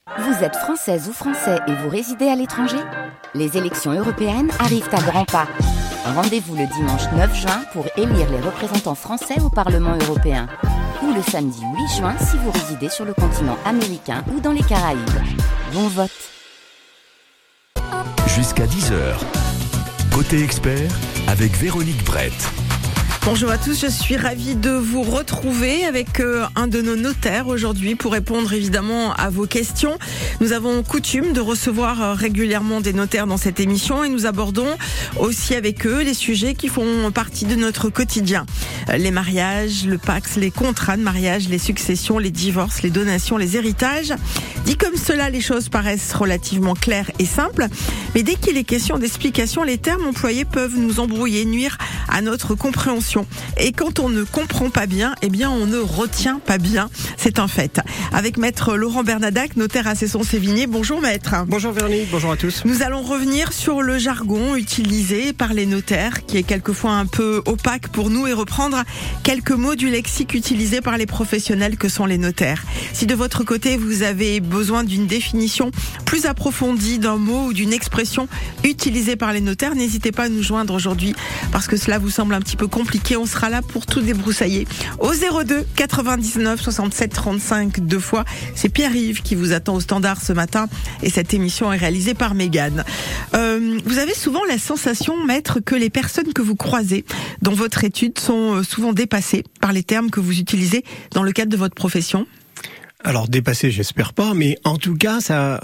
Vous êtes française ou français et vous résidez à l'étranger ? Les élections européennes arrivent à grands pas. Rendez-vous le dimanche 9 juin pour élire les représentants français au Parlement européen. Ou le samedi 8 juin si vous résidez sur le continent américain ou dans les Caraïbes. Bon vote. Jusqu'à 10h. Côté expert avec Véronique Brett. Bonjour à tous, je suis ravie de vous retrouver avec un de nos notaires aujourd'hui pour répondre évidemment à vos questions. Nous avons coutume de recevoir régulièrement des notaires dans cette émission et nous abordons aussi avec eux les sujets qui font partie de notre quotidien. Les mariages, le Pacs, les contrats de mariage, les successions, les divorces, les donations, les héritages. Dit comme cela, les choses paraissent relativement claires et simples, mais dès qu'il est question d'explication, les termes employés peuvent nous embrouiller, nuire à notre compréhension. Et quand on ne comprend pas bien, eh bien on ne retient pas bien, c'est un fait. Avec maître Laurent Bernadac, notaire à Cesson-Sévigné. Bonjour maître. Bonjour Véronique, bonjour à tous. Nous allons revenir sur le jargon utilisé par les notaires, qui est quelquefois un peu opaque pour nous, et reprendre quelques mots du lexique utilisé par les professionnels que sont les notaires. Si de votre côté vous avez besoin d'une définition plus approfondie d'un mot ou d'une expression utilisée par les notaires, n'hésitez pas à nous joindre aujourd'hui parce que cela vous semble un petit peu compliqué. On sera là pour tout débroussailler. Au 02 99 67 35 deux fois. C'est Pierre-Yves qui vous attend au standard ce matin et cette émission est réalisée par Mégane. Vous avez souvent la sensation, maître, que les personnes que vous croisez dans votre étude sont souvent dépassées par les termes que vous utilisez dans le cadre de votre profession? Alors dépassé, j'espère pas, mais en tout cas,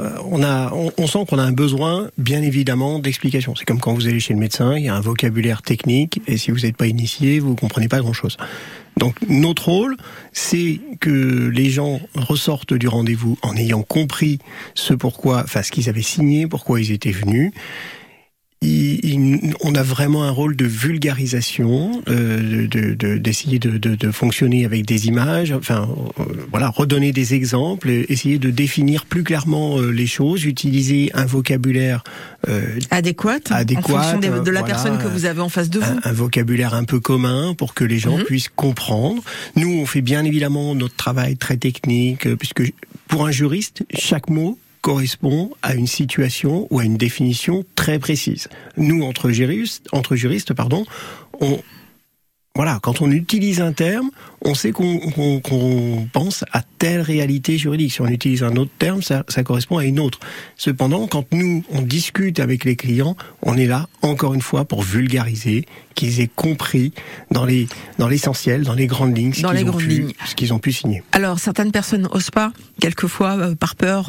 on sent qu'on a un besoin, bien évidemment, d'explication. C'est comme quand vous allez chez le médecin, il y a un vocabulaire technique, et si vous n'êtes pas initié, vous comprenez pas grand-chose. Donc notre rôle, c'est que les gens ressortent du rendez-vous en ayant compris ce qu'ils avaient signé, pourquoi ils étaient venus. On a vraiment un rôle de vulgarisation, d'essayer de fonctionner avec des images, redonner des exemples, essayer de définir plus clairement les choses, utiliser un vocabulaire adéquat en fonction de la personne que vous avez en face de vous. Un vocabulaire un peu commun pour que les gens puissent comprendre. Nous, on fait bien évidemment notre travail très technique, puisque pour un juriste, chaque mot correspond à une situation ou à une définition très précise. Nous, entre juristes, quand on utilise un terme, on sait qu'on pense à telle réalité juridique. Si on utilise un autre terme, ça correspond à une autre. Cependant, quand nous, on discute avec les clients, on est là, encore une fois, pour vulgariser, qu'ils aient compris dans l'essentiel, dans les grandes lignes, ce qu'ils ont pu signer. Alors, certaines personnes n'osent pas, quelquefois, par peur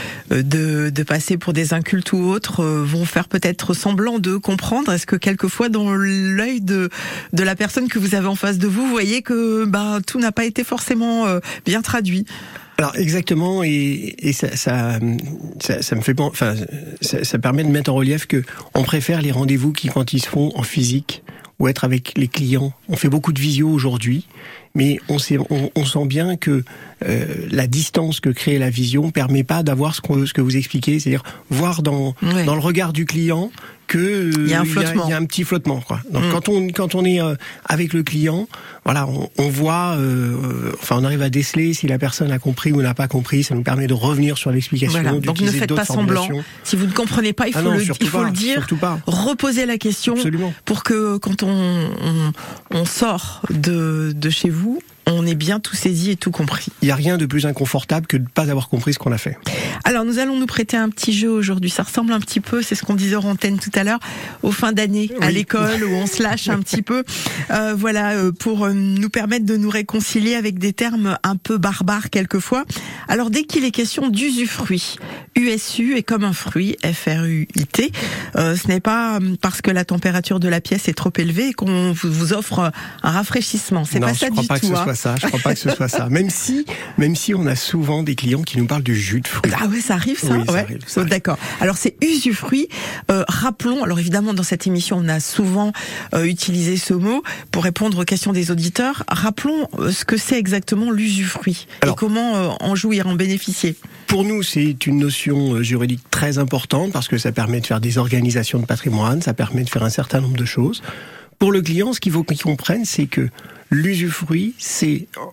de passer pour des incultes ou autres, vont faire peut-être semblant de comprendre. Est-ce que quelquefois, dans l'œil de la personne que vous avez en face de vous, vous voyez que tout n'a pas été forcément bien traduit? Alors exactement, et ça me fait, ça permet de mettre en relief que on préfère les rendez-vous quand ils se font en physique ou être avec les clients. On fait beaucoup de visio aujourd'hui, mais on sent bien que la distance que crée la vision permet pas d'avoir ce que vous expliquez, c'est-à-dire voir dans le regard du client que il y a un petit flottement, quoi. Donc quand on est avec le client, on voit, on arrive à déceler si la personne a compris ou n'a pas compris. Ça nous permet de revenir sur l'explication. Voilà. Donc ne faites pas semblant. Si vous ne comprenez pas, il faut le dire. Reposez la question. Absolument. Pour que quand on sort de chez vous, on est bien tout saisi et tout compris. Il n'y a rien de plus inconfortable que de ne pas avoir compris ce qu'on a fait. Alors nous allons nous prêter un petit jeu aujourd'hui. Ça ressemble un petit peu, c'est ce qu'on disait hors antenne tout à l'heure, aux fins d'année à l'école où on se lâche un petit peu. Pour nous permettre de nous réconcilier avec des termes un peu barbares quelquefois. Alors dès qu'il est question d'usufruit, USU est comme un fruit, FRUIT. Ce n'est pas parce que la température de la pièce est trop élevée qu'on vous offre un rafraîchissement. C'est pas ça du tout. Je crois pas que ce soit ça. Même si on a souvent des clients qui nous parlent du jus de fruits. Ah ouais, ça arrive ça. Oui, ouais. Ça arrive. D'accord. Alors c'est usufruit. Rappelons. Alors évidemment dans cette émission on a souvent utilisé ce mot pour répondre aux questions des auditeurs. Rappelons ce que c'est exactement l'usufruit et comment en jouir, en bénéficier. Pour nous, c'est une notion juridique très importante parce que ça permet de faire des organisations de patrimoine, ça permet de faire un certain nombre de choses. Pour le client, ce qu'il faut qu'il comprenne, c'est que l'usufruit, c'est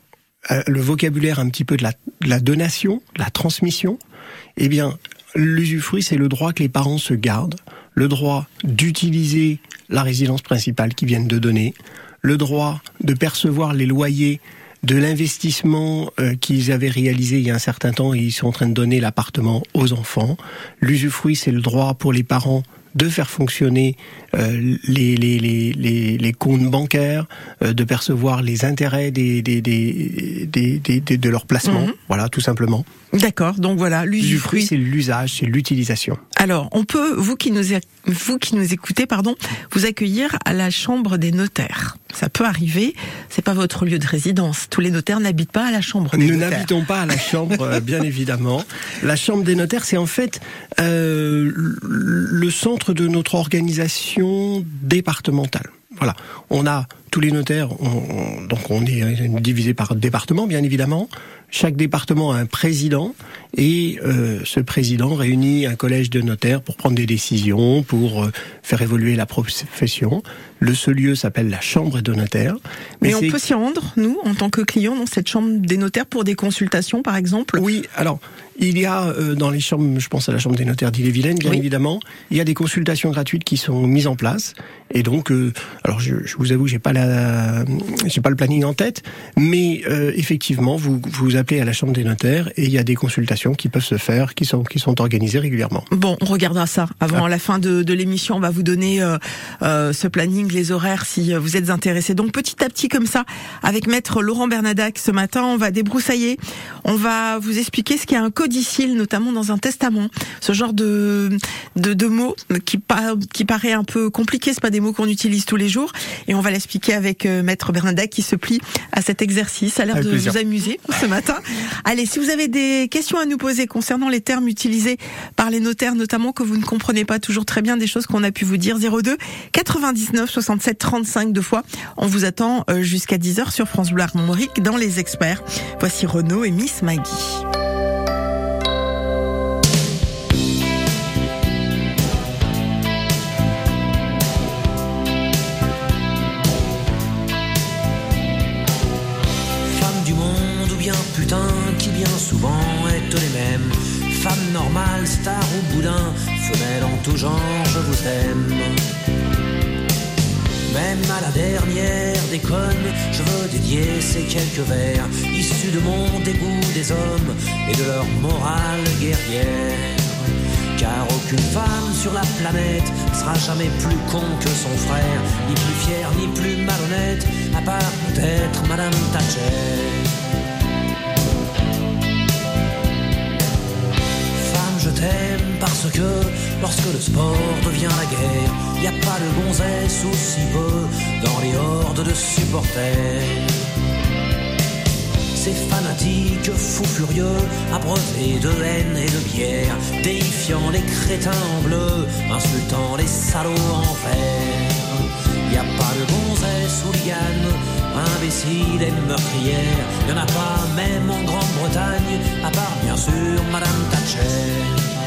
le vocabulaire un petit peu de la donation, de la transmission, eh bien, l'usufruit, c'est le droit que les parents se gardent, le droit d'utiliser la résidence principale qu'ils viennent de donner, le droit de percevoir les loyers de l'investissement qu'ils avaient réalisé il y a un certain temps et ils sont en train de donner l'appartement aux enfants. L'usufruit, c'est le droit pour les parents de faire fonctionner les comptes bancaires, de percevoir les intérêts de leur placement. Voilà, tout simplement. D'accord, donc voilà, l'usufruit, c'est l'usage, c'est l'utilisation. Alors, on peut, vous qui nous écoutez, vous accueillir à la chambre des notaires. Ça peut arriver, c'est pas votre lieu de résidence. Tous les notaires n'habitent pas à la chambre des notaires. Nous n'habitons pas à la chambre, bien évidemment. La chambre des notaires, c'est en fait le centre de notre organisation départementale. Voilà, on a tous les notaires, donc on est divisé par département, bien évidemment. Chaque département a un président et ce président réunit un collège de notaires pour prendre des décisions, pour faire évoluer la profession. Ce lieu s'appelle la chambre des notaires. Mais on peut s'y rendre, nous, en tant que clients, dans cette chambre des notaires pour des consultations, par exemple ? Oui, alors, il y a dans les chambres, je pense à la chambre des notaires d'Ille-et-Vilaine, bien évidemment, il y a des consultations gratuites qui sont mises en place. Et donc, alors je vous avoue, j'ai pas le planning en tête, mais effectivement, vous appelez à la chambre des notaires et il y a des consultations qui peuvent se faire, qui sont organisées régulièrement. Bon, on regardera ça avant la fin de l'émission. On va vous donner ce planning, les horaires, si vous êtes intéressés. Donc petit à petit, comme ça, avec maître Laurent Bernadac, ce matin, on va débroussailler. On va vous expliquer ce qu'est un codicile, notamment dans un testament. Ce genre de mots qui paraît un peu compliqué, c'est pas des mots qu'on utilise tous les jours. Et on va l'expliquer avec maître Bernadac qui se plie à cet exercice. Ça a l'air de vous amuser ce matin. Allez, si vous avez des questions à nous poser concernant les termes utilisés par les notaires, notamment que vous ne comprenez pas toujours très bien des choses qu'on a pu vous dire, 02 99 67 35 deux fois. On vous attend jusqu'à 10h sur France Bleu Armorique dans Les Experts. Voici Renaud et Miss Maggie. Qui bien souvent est les mêmes. Femme normale, star ou boudin, femelle en tout genre, je vous aime. Même à la dernière déconne, je veux dédier ces quelques vers issus de mon dégoût des hommes et de leur morale guerrière. Car aucune femme sur la planète sera jamais plus con que son frère, ni plus fière ni plus malhonnête, à part peut-être Madame Thatcher. Je t'aime parce que lorsque le sport devient la guerre, y a pas de gonzesse aussi peu dans les hordes de supporters. Ces fanatiques fous furieux, abreuvés de haine et de bière, déifiant les crétins en bleu, insultant les salauds en vert. Y a pas de gonzesse hooligane, imbécile et meurtrière, y'en a pas même en Grande-Bretagne, à part bien sûr Madame Thatcher.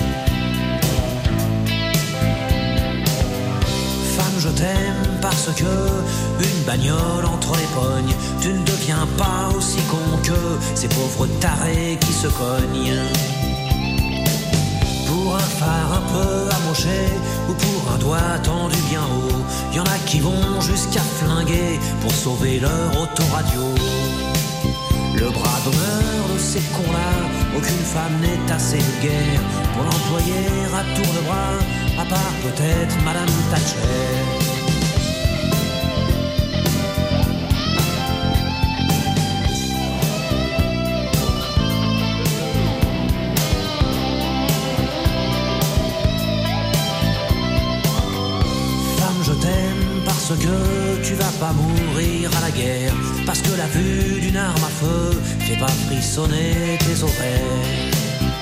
Femme, je t'aime parce que une bagnole entre les pognes, tu ne deviens pas aussi con que ces pauvres tarés qui se cognent. Pour un phare un peu amoché ou pour un doigt tendu bien haut, y'en a qui vont jusqu'à flinguer pour sauver leur autoradio. Le bras d'honneur de ces cons-là, aucune femme n'est assez de guerre pour l'employer à tour de bras, à part peut-être Madame Thatcher. Que tu vas pas mourir à la guerre, parce que la vue d'une arme à feu fait pas frissonner tes ovaires.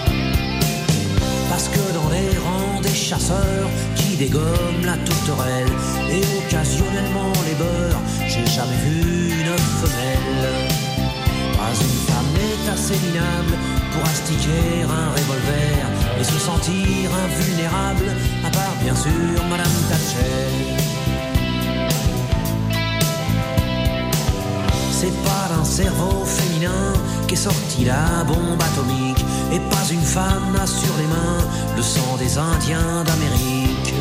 Parce que dans les rangs des chasseurs qui dégomment la tourterelle et occasionnellement les beurres, j'ai jamais vu une femelle. Pas une femme n'est assez minable pour astiquer un revolver et se sentir invulnérable, à part bien sûr Madame Thatcher. C'est pas un cerveau féminin qu'est sorti la bombe atomique. Et pas une femme n'a sur les mains le sang des Indiens d'Amérique.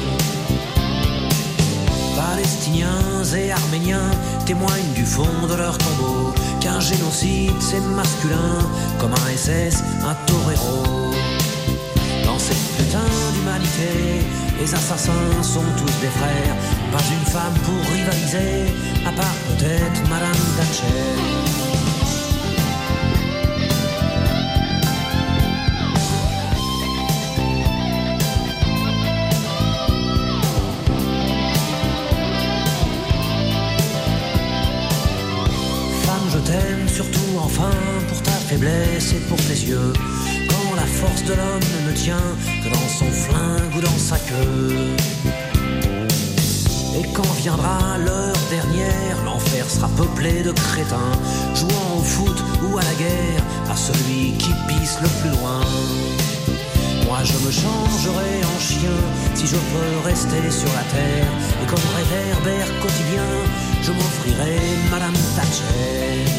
Palestiniens et Arméniens témoignent du fond de leur tombeau qu'un génocide c'est masculin comme un SS, un torero. Dans cette putain d'humanité, les assassins sont tous des frères. Pas une femme pour rivaliser, à part peut-être Madame Thatcher. Je t'aime surtout enfin pour ta faiblesse et pour tes yeux. Quand la force de l'homme ne tient que dans son flingue ou dans sa queue. Et quand viendra l'heure dernière, l'enfer sera peuplé de crétins jouant au foot ou à la guerre à celui qui pisse le plus loin. Moi je me changerai en chien si je peux rester sur la terre. Et comme réverbère quotidien, je m'offrirai Madame Thatcher.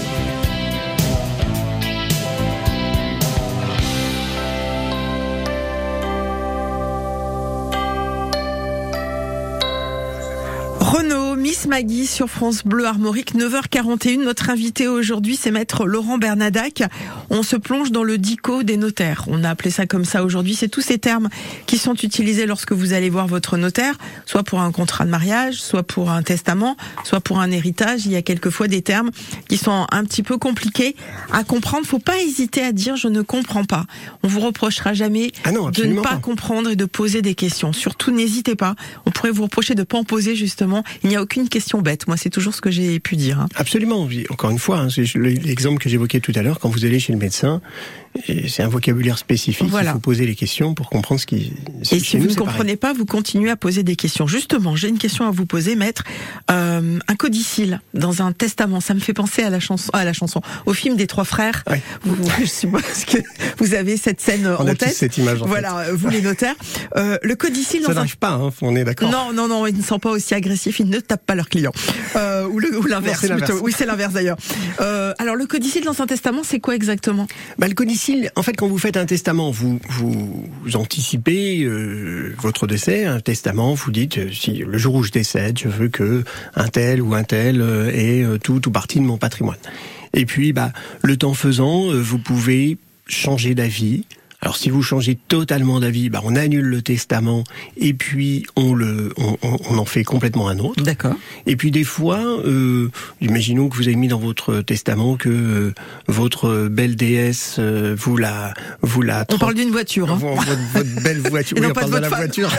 Renaud, Miss Maggie sur France Bleu Armorique, 9h41. Notre invité aujourd'hui, c'est maître Laurent Bernadac. On se plonge dans le dico des notaires. On a appelé ça comme ça aujourd'hui. C'est tous ces termes qui sont utilisés lorsque vous allez voir votre notaire, soit pour un contrat de mariage, soit pour un testament, soit pour un héritage. Il y a quelquefois des termes qui sont un petit peu compliqués à comprendre. Faut pas hésiter à dire je ne comprends pas. On vous reprochera jamais de ne pas comprendre et de poser des questions. Surtout, n'hésitez pas. On pourrait vous reprocher de pas en poser justement. Il n'y a aucune question bête. Moi, c'est toujours ce que j'ai pu dire. Absolument. Encore une fois, c'est l'exemple que j'évoquais tout à l'heure. Quand vous allez chez le médecin, c'est un vocabulaire spécifique. Voilà. Il faut poser les questions pour comprendre ce qui. Et si vous ne comprenez pas, vous continuez à poser des questions. Justement, j'ai une question à vous poser, maître. Un codicile dans un testament, ça me fait penser à la chanson, au film des Trois Frères. Oui. Je suppose que vous avez cette scène en tête. On a tous cette image. Voilà, vous les notaires. Le codicile. Ça n'arrive pas. On est d'accord. Non, ils ne sont pas aussi agressifs. Ils ne tapent pas leurs clients. Ou l'inverse. Non, plutôt. Oui, c'est l'inverse d'ailleurs. Alors, le codicile dans un testament, c'est quoi exactement ? Le codicile, en fait, quand vous faites un testament, vous anticipez votre décès. Un testament, vous dites, si le jour où je décède, je veux que un tel ou un tel ait tout ou partie de mon patrimoine. Et puis, le temps faisant, vous pouvez changer d'avis. Alors si vous changez totalement d'avis, on annule le testament et puis on en fait complètement un autre. D'accord. Et puis des fois, imaginons que vous avez mis dans votre testament que votre belle déesse vous la. On parle d'une voiture. Hein. Votre belle voiture. Et oui, non, on pas parle de la voiture.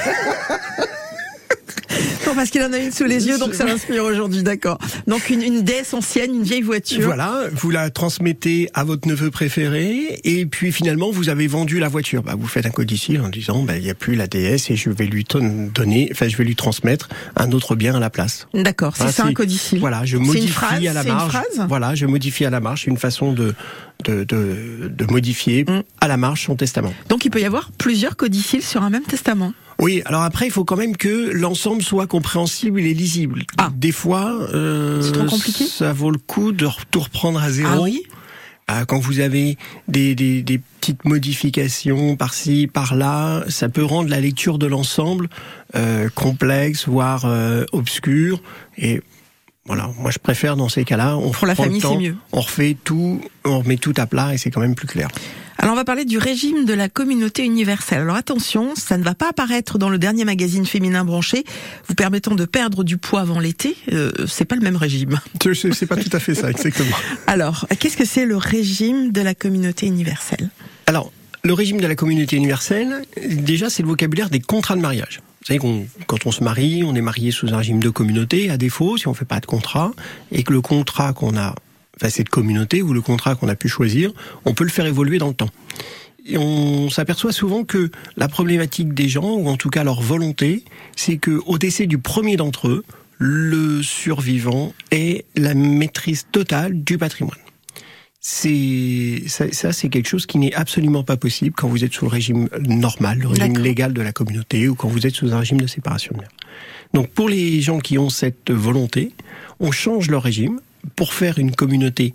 Non, parce qu'il en a une sous les yeux, donc ça l'inspire aujourd'hui, d'accord. Donc une déesse ancienne, une vieille voiture. Voilà, vous la transmettez à votre neveu préféré, et puis finalement vous avez vendu la voiture. Vous faites un codicile en disant, il n'y a plus la déesse et je vais lui transmettre un autre bien à la place. D'accord, c'est ça un codicile. Voilà, je modifie à la marge. Voilà, je modifie à la marge. C'est une façon de modifier à la marge son testament. Donc il peut y avoir plusieurs codiciles sur un même testament. Oui, alors après, il faut quand même que l'ensemble soit compréhensible et lisible. Des fois, c'est trop compliqué. Ça vaut le coup de tout reprendre à zéro. Ah oui. Quand vous avez des petites modifications par-ci, par-là, ça peut rendre la lecture de l'ensemble complexe, voire obscure. Et voilà, moi je préfère dans ces cas-là, pour la famille, c'est mieux. On refait tout, on remet tout à plat et c'est quand même plus clair. Alors on va parler du régime de la communauté universelle. Alors attention, ça ne va pas apparaître dans le dernier magazine féminin branché, vous permettant de perdre du poids avant l'été. C'est pas le même régime. C'est pas tout à fait ça, exactement. Alors, qu'est-ce que c'est le régime de la communauté universelle ? Alors, le régime de la communauté universelle, déjà c'est le vocabulaire des contrats de mariage. Vous savez quand on se marie, on est marié sous un régime de communauté. À défaut, si on fait pas de contrat, et que le contrat qu'on a, cette communauté ou le contrat qu'on a pu choisir, on peut le faire évoluer dans le temps. Et on s'aperçoit souvent que la problématique des gens, ou en tout cas leur volonté, c'est que au décès du premier d'entre eux, le survivant ait la maîtrise totale du patrimoine. C'est quelque chose qui n'est absolument pas possible quand vous êtes sous le régime normal, le régime légal de la communauté, ou quand vous êtes sous un régime de séparation de mères. Donc pour les gens qui ont cette volonté, on change leur régime pour faire une communauté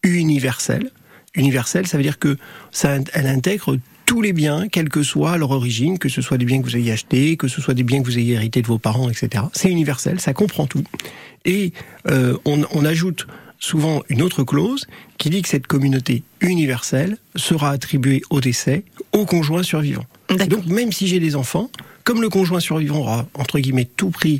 universelle. Universelle, ça veut dire que elle intègre tous les biens, quelle que soit leur origine, que ce soit des biens que vous ayez achetés, que ce soit des biens que vous ayez hérités de vos parents, etc. C'est universel, ça comprend tout. Et on ajoute souvent une autre clause qui dit que cette communauté universelle sera attribuée au décès au conjoint survivant. Donc même si j'ai des enfants, comme le conjoint survivant aura, entre guillemets, tout pris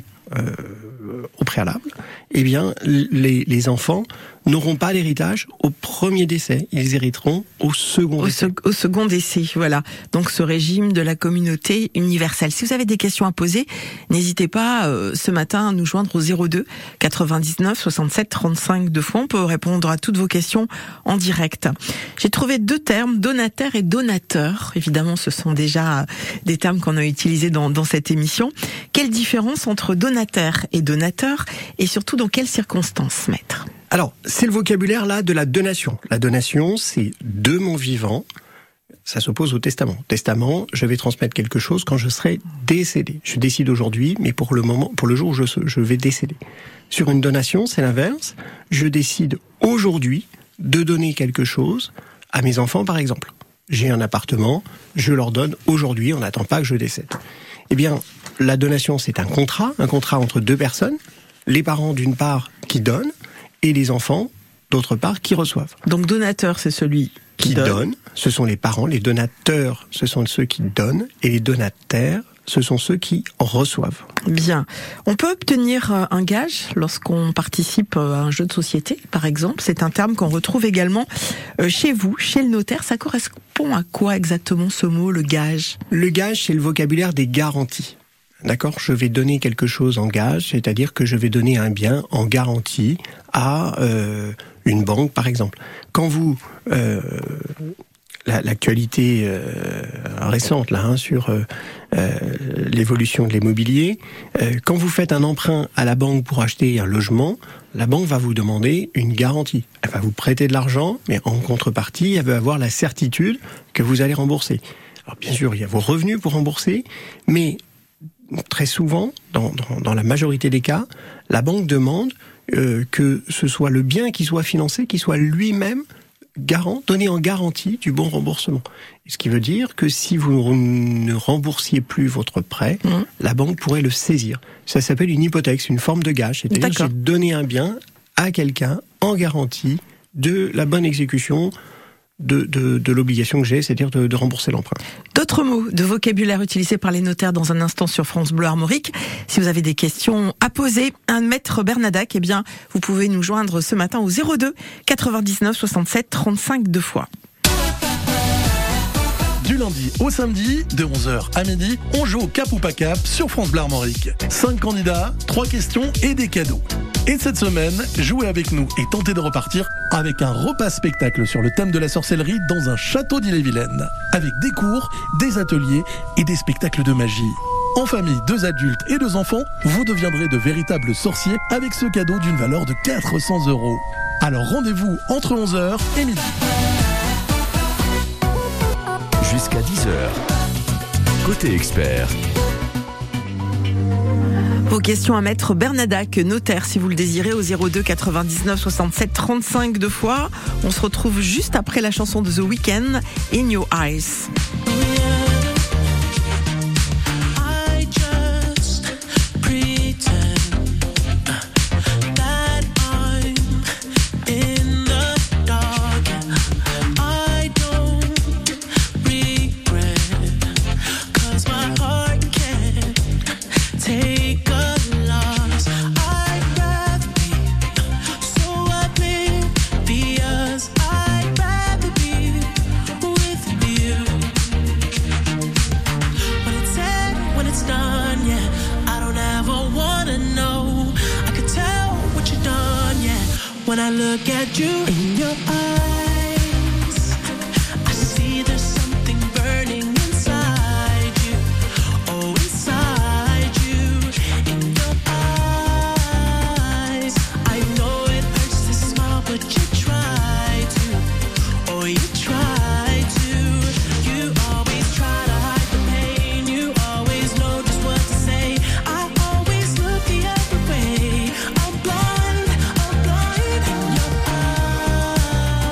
au préalable, eh bien, les enfants n'auront pas d'héritage au premier décès. Ils hériteront au second décès. Au second décès, voilà. Donc ce régime de la communauté universelle. Si vous avez des questions à poser, n'hésitez pas ce matin à nous joindre au 02 99 67 35 2 fois. On peut répondre à toutes vos questions en direct. J'ai trouvé 2 termes, donataire et donateur. Évidemment, ce sont déjà des termes qu'on a utilisés dans cette émission. Quelle différence entre donataire et donateur, et surtout dans quelles circonstances, maître ? Alors, c'est le vocabulaire là de la donation. La donation, c'est de mon vivant. Ça s'oppose au testament. Testament, je vais transmettre quelque chose quand je serai décédé. Je décide aujourd'hui, mais pour le jour où je vais décéder. Sur une donation, c'est l'inverse. Je décide aujourd'hui de donner quelque chose à mes enfants, par exemple. J'ai un appartement, je leur donne aujourd'hui, on n'attend pas que je décède. Eh bien, la donation, c'est un contrat entre 2 personnes. Les parents, d'une part, qui donnent, et les enfants, d'autre part, qui reçoivent. Donc donateur, c'est celui qui donne. Ce sont les parents. Les donateurs, ce sont ceux qui donnent. Et les donataires, ce sont ceux qui reçoivent. Bien. On peut obtenir un gage lorsqu'on participe à un jeu de société, par exemple. C'est un terme qu'on retrouve également chez vous, chez le notaire. Ça correspond à quoi exactement ce mot, le gage ? Le gage, c'est le vocabulaire des garanties. D'accord, je vais donner quelque chose en gage, c'est-à-dire que je vais donner un bien en garantie à une banque, par exemple. Quand vous l'actualité récente là sur l'évolution de l'immobilier, quand vous faites un emprunt à la banque pour acheter un logement, la banque va vous demander une garantie. Elle va vous prêter de l'argent, mais en contrepartie, elle veut avoir la certitude que vous allez rembourser. Alors bien sûr, il y a vos revenus pour rembourser, mais très souvent, dans la majorité des cas, la banque demande que ce soit le bien qui soit financé, qui soit lui-même donné en garantie du bon remboursement. Ce qui veut dire que si vous ne remboursiez plus votre prêt, la banque pourrait le saisir. Ça s'appelle une hypothèque, c'est une forme de gage. C'est-à-dire que j'ai donné un bien à quelqu'un en garantie de la bonne exécution de l'obligation que j'ai, c'est-à-dire de rembourser l'emprunt. D'autres mots de vocabulaire utilisés par les notaires dans un instant sur France Bleu Armorique. Si vous avez des questions à poser à Maître Bernadac, eh bien, vous pouvez nous joindre ce matin au 02 99 67 35 2 fois. Du lundi au samedi, de 11h à midi, on joue au Cap ou pas Cap sur France Bleu Armorique. 5 candidats, 3 questions et des cadeaux. Et cette semaine, jouez avec nous et tentez de repartir avec un repas spectacle sur le thème de la sorcellerie dans un château d'Ille-et-Vilaine. Avec des cours, des ateliers et des spectacles de magie. En famille, 2 adultes et 2 enfants, vous deviendrez de véritables sorciers avec ce cadeau d'une valeur de 400 €. Alors rendez-vous entre 11h et midi. Jusqu'à 10h. Côté expert. Vos questions à Maître Bernadac, notaire, si vous le désirez, au 02 99 67 35 2 fois. On se retrouve juste après la chanson de The Weeknd, In Your Eyes. When I look at you in your eyes, I see there's something burning inside you. Oh, inside you, in your eyes. I know it hurts to smile, but you try to. Oh, you try to. You always try to hide the pain. You always know just what to say. I always look the other way. I'm blind.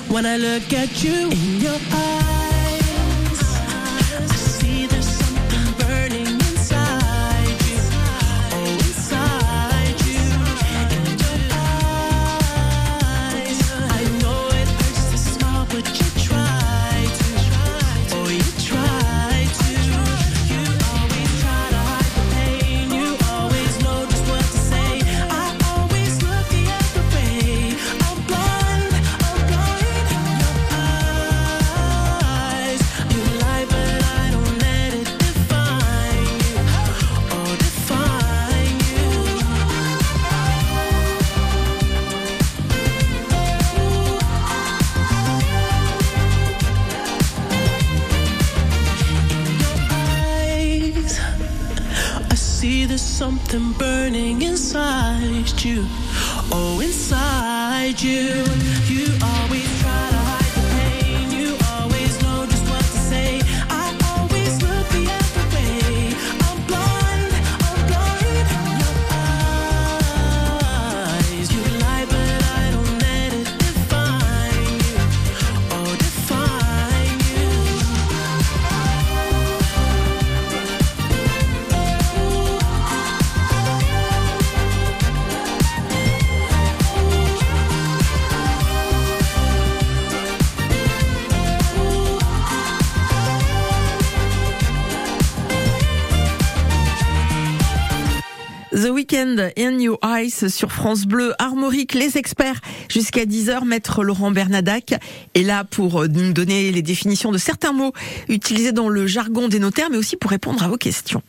When I look at you in your eyes, I see there's something burning inside you. Oh, inside you. In your eyes, I know it hurts to smile, but you try to. Oh, you try to. You always try to hide the pain. You always know just what to say. I always look the other way. I'm blind in your eyes. You lie, but I don't let it define you. Oh, define you. Eyes, I see there's something burning inside you. Oh, inside you. You always try to hide the pain. You always know just what to say. I always look the other way. I'm blind in your eyes. You lie, but I don't let it define you. Oh, define you. The Weeknd in Your Eyes sur France Bleu Armorique, les experts jusqu'à 10h. Maître Laurent Bernadac est là pour nous donner les définitions de certains mots utilisés dans le jargon des notaires, mais aussi pour répondre à vos questions.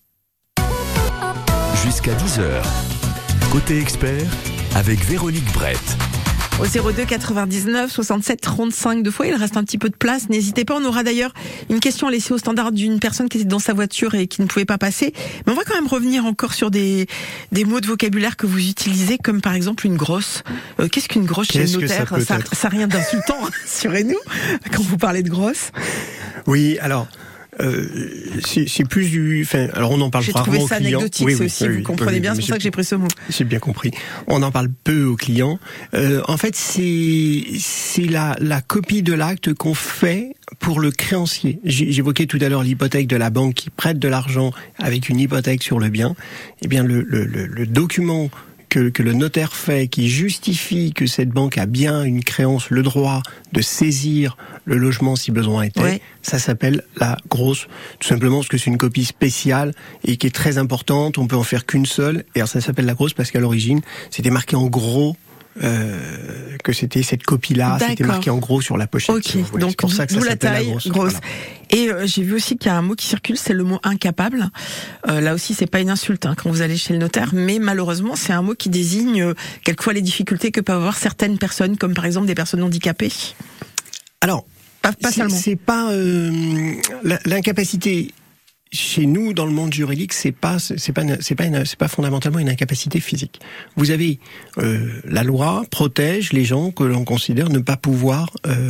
Jusqu'à 10h. Côté expert, avec Véronique Brett. Au 02 99 67 35 deux fois, il reste un petit peu de place, n'hésitez pas. On aura d'ailleurs une question laissée au standard d'une personne qui était dans sa voiture et qui ne pouvait pas passer. Mais on va quand même revenir encore sur des mots de vocabulaire que vous utilisez, comme par exemple une grosse. Qu'est-ce qu'une grosse chez le notaire? Ça n'a rien d'insultant, rassurez-nous, quand vous parlez de grosse. Oui, alors... c'est plus du. Enfin, alors on en parle rarement aux clients. J'ai trouvé ça anecdotique, oui, aussi. Vous comprenez bien, c'est pour ça que j'ai pris ce mot. J'ai bien compris. On en parle peu aux clients. En fait, c'est la copie de l'acte qu'on fait pour le créancier. J'évoquais tout à l'heure l'hypothèque de la banque qui prête de l'argent avec une hypothèque sur le bien. Eh bien, le document que le notaire fait, qui justifie que cette banque a bien une créance, le droit de saisir le logement si besoin était, ouais. Ça s'appelle la grosse, tout simplement parce que c'est une copie spéciale et qui est très importante, on peut en faire qu'une seule, et alors ça s'appelle la grosse parce qu'à l'origine, c'était marqué en gros que c'était cette copie-là, c'était marqué en gros sur la pochette. Ok, si donc c'est pour ça que ça s'appelle la grosse. Voilà. Et j'ai vu aussi qu'il y a un mot qui circule, c'est le mot incapable. Là aussi, c'est pas une insulte quand vous allez chez le notaire, mais malheureusement, c'est un mot qui désigne quelquefois les difficultés que peuvent avoir certaines personnes, comme par exemple des personnes handicapées. Alors, pas seulement. C'est pas l'incapacité. Chez nous, dans le monde juridique, c'est pas fondamentalement une incapacité physique. Vous avez la loi protège les gens que l'on considère ne pas pouvoir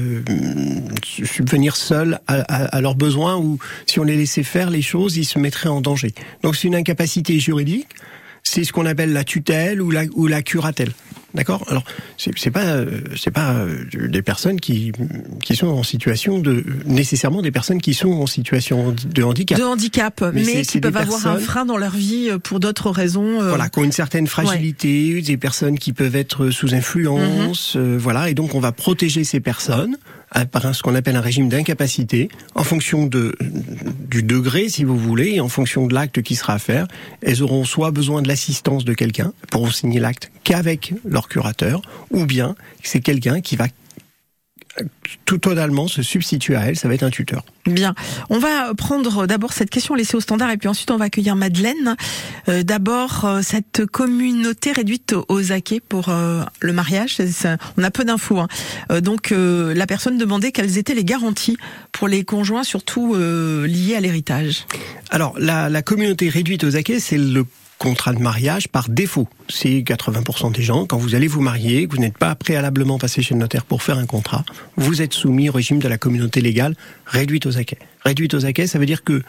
subvenir seuls à leurs besoins, ou si on les laissait faire les choses, ils se mettraient en danger. Donc c'est une incapacité juridique. C'est ce qu'on appelle la tutelle ou la curatelle. D'accord ? Alors, c'est pas des personnes qui sont en situation nécessairement des personnes qui sont en situation de handicap. De handicap, mais qui peuvent avoir un frein dans leur vie pour d'autres raisons. Voilà, qui ont une certaine fragilité, ouais. Des personnes qui peuvent être sous influence, voilà, et donc on va protéger ces personnes par ce qu'on appelle un régime d'incapacité, en fonction du degré, si vous voulez, et en fonction de l'acte qui sera à faire. Elles auront soit besoin de l'assistance de quelqu'un, pourront signer l'acte qu'avec leur curateur, ou bien c'est quelqu'un qui va tout totalement se substituer à elle, ça va être un tuteur. Bien, on va prendre d'abord cette question laissée au standard et puis ensuite on va accueillir Madeleine. D'abord, cette communauté réduite aux acquets pour le mariage, on a peu d'infos. Donc la personne demandait quelles étaient les garanties pour les conjoints, surtout liées à l'héritage. Alors la communauté réduite aux acquets, c'est le contrat de mariage par défaut. C'est 80% des gens, quand vous allez vous marier, que vous n'êtes pas préalablement passé chez le notaire pour faire un contrat, vous êtes soumis au régime de la communauté légale réduite aux acquets. Réduite aux acquets, ça veut dire que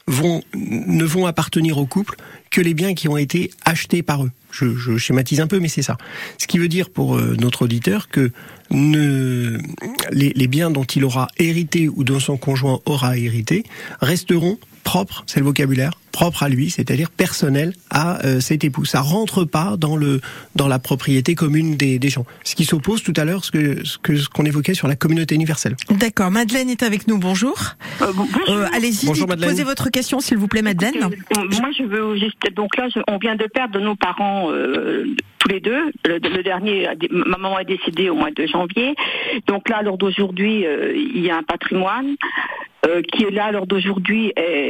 ne vont appartenir au couple que les biens qui ont été achetés par eux. Je schématise un peu, mais c'est ça. Ce qui veut dire pour notre auditeur que les biens dont il aura hérité ou dont son conjoint aura hérité resteront propres, c'est le vocabulaire, propre à lui, c'est-à-dire personnel à cet époux. Ça rentre pas dans la propriété commune des gens. Ce qui s'oppose tout à l'heure, ce qu'on évoquait sur la communauté universelle. D'accord. Madeleine est avec nous. Bonjour. Bonjour. Allez-y, Bonjour, Madeleine. posez votre question, s'il vous plaît, Madeleine. Moi, je veux juste. Donc là, on vient de perdre nos parents tous les deux. Le dernier, ma maman est décédée au mois de janvier. Donc là, à l'heure d'aujourd'hui, il y a un patrimoine. Qui est là à l'heure d'aujourd'hui,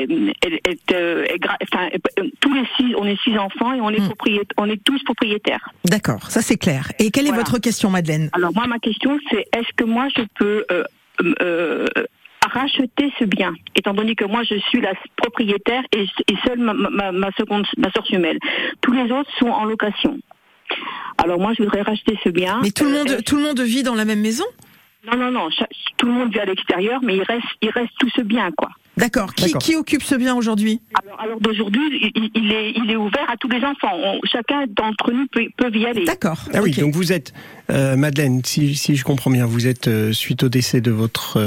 tous les 6, on est 6 enfants et on est tous propriétaires. D'accord, ça c'est clair. Et quelle est votre question, Madeleine? Alors moi, ma question, c'est est-ce que moi je peux racheter ce bien, étant donné que moi je suis la propriétaire et seule ma sœur jumelle. Tous les autres sont en location. Alors moi, je voudrais racheter ce bien. Mais tout le monde vit dans la même maison? Non, tout le monde vit à l'extérieur, mais il reste tout ce bien, quoi. D'accord. Qui occupe ce bien aujourd'hui? Alors d'aujourd'hui, il est ouvert à tous les enfants. Chacun d'entre nous peut y aller. D'accord. Ah oui, donc vous êtes, Madeleine, si je comprends bien, vous êtes, suite au décès de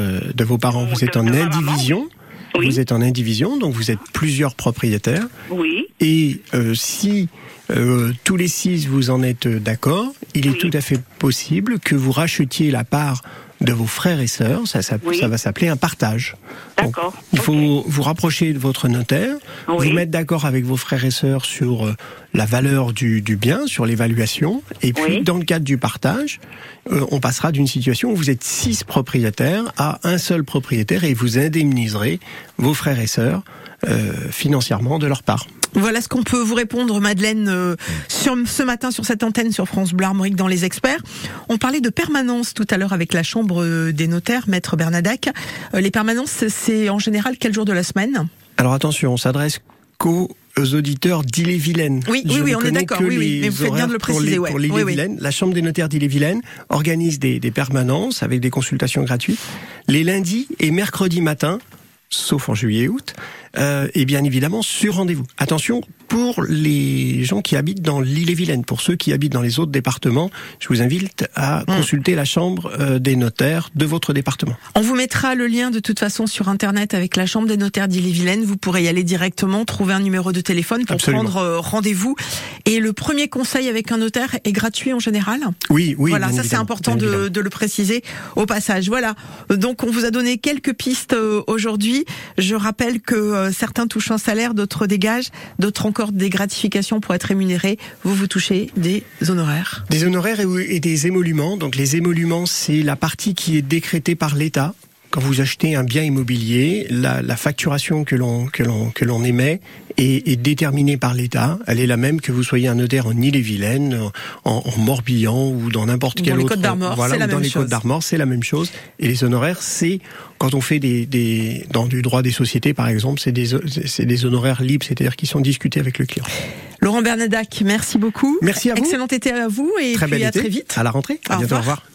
vos parents, vous êtes en indivision. Oui. Vous êtes en indivision, donc vous êtes plusieurs propriétaires. Oui. Et si tous les 6 vous en êtes d'accord, il est tout à fait possible que vous rachetiez la part de vos frères et sœurs, ça va s'appeler un partage. D'accord. Donc, il faut vous rapprocher de votre notaire, vous mettre d'accord avec vos frères et sœurs sur la valeur du bien, sur l'évaluation, et puis dans le cadre du partage, on passera d'une situation où vous êtes 6 propriétaires à un seul propriétaire et vous indemniserez vos frères et sœurs financièrement de leur part. Voilà ce qu'on peut vous répondre, Madeleine, ce matin sur cette antenne sur France Bleu Armorique dans Les Experts. On parlait de permanence tout à l'heure avec la Chambre des notaires, Maître Bernadac. Les permanences, c'est en général quel jour de la semaine? Alors attention, on s'adresse qu'aux auditeurs d'Ille-et-Vilaine. Oui, on est d'accord. Oui, mais vous faites bien de le préciser. Pour l'Ille-et-Vilaine, la Chambre des notaires d'Ille-et-Vilaine organise des permanences avec des consultations gratuites les lundis et mercredis matins, sauf en juillet et août, et bien évidemment sur rendez-vous. Attention, pour les gens qui habitent dans l'Ille-et-Vilaine, pour ceux qui habitent dans les autres départements, je vous invite à consulter la chambre des notaires de votre département. On vous mettra le lien de toute façon sur Internet avec la Chambre des notaires d'Ille-et-Vilaine. Vous pourrez y aller directement, trouver un numéro de téléphone pour prendre rendez-vous. Et le premier conseil avec un notaire est gratuit en général? Oui. Voilà, ça c'est important de le préciser au passage. Voilà, donc on vous a donné quelques pistes aujourd'hui. Je rappelle que certains touchent un salaire, d'autres dégagent, d'autres encore des gratifications pour être rémunérés. Vous touchez des honoraires. Des honoraires et des émoluments. Donc les émoluments, c'est la partie qui est décrétée par l'État. Quand vous achetez un bien immobilier, la facturation que l'on émet est déterminée par l'État. Elle est la même que vous soyez un notaire en Île-et-Vilaine, en Morbihan ou dans n'importe quel autre. Dans les Côtes d'Armor, c'est la même chose. Dans les Côtes d'Armor, c'est la même chose. Et les honoraires, c'est quand on fait dans du droit des sociétés, par exemple, c'est des honoraires libres, c'est-à-dire qui sont discutés avec le client. Laurent Bernadac, merci beaucoup. Merci à vous. Excellent été à vous et très puis à été. très vite. À la rentrée. À bientôt. Au revoir.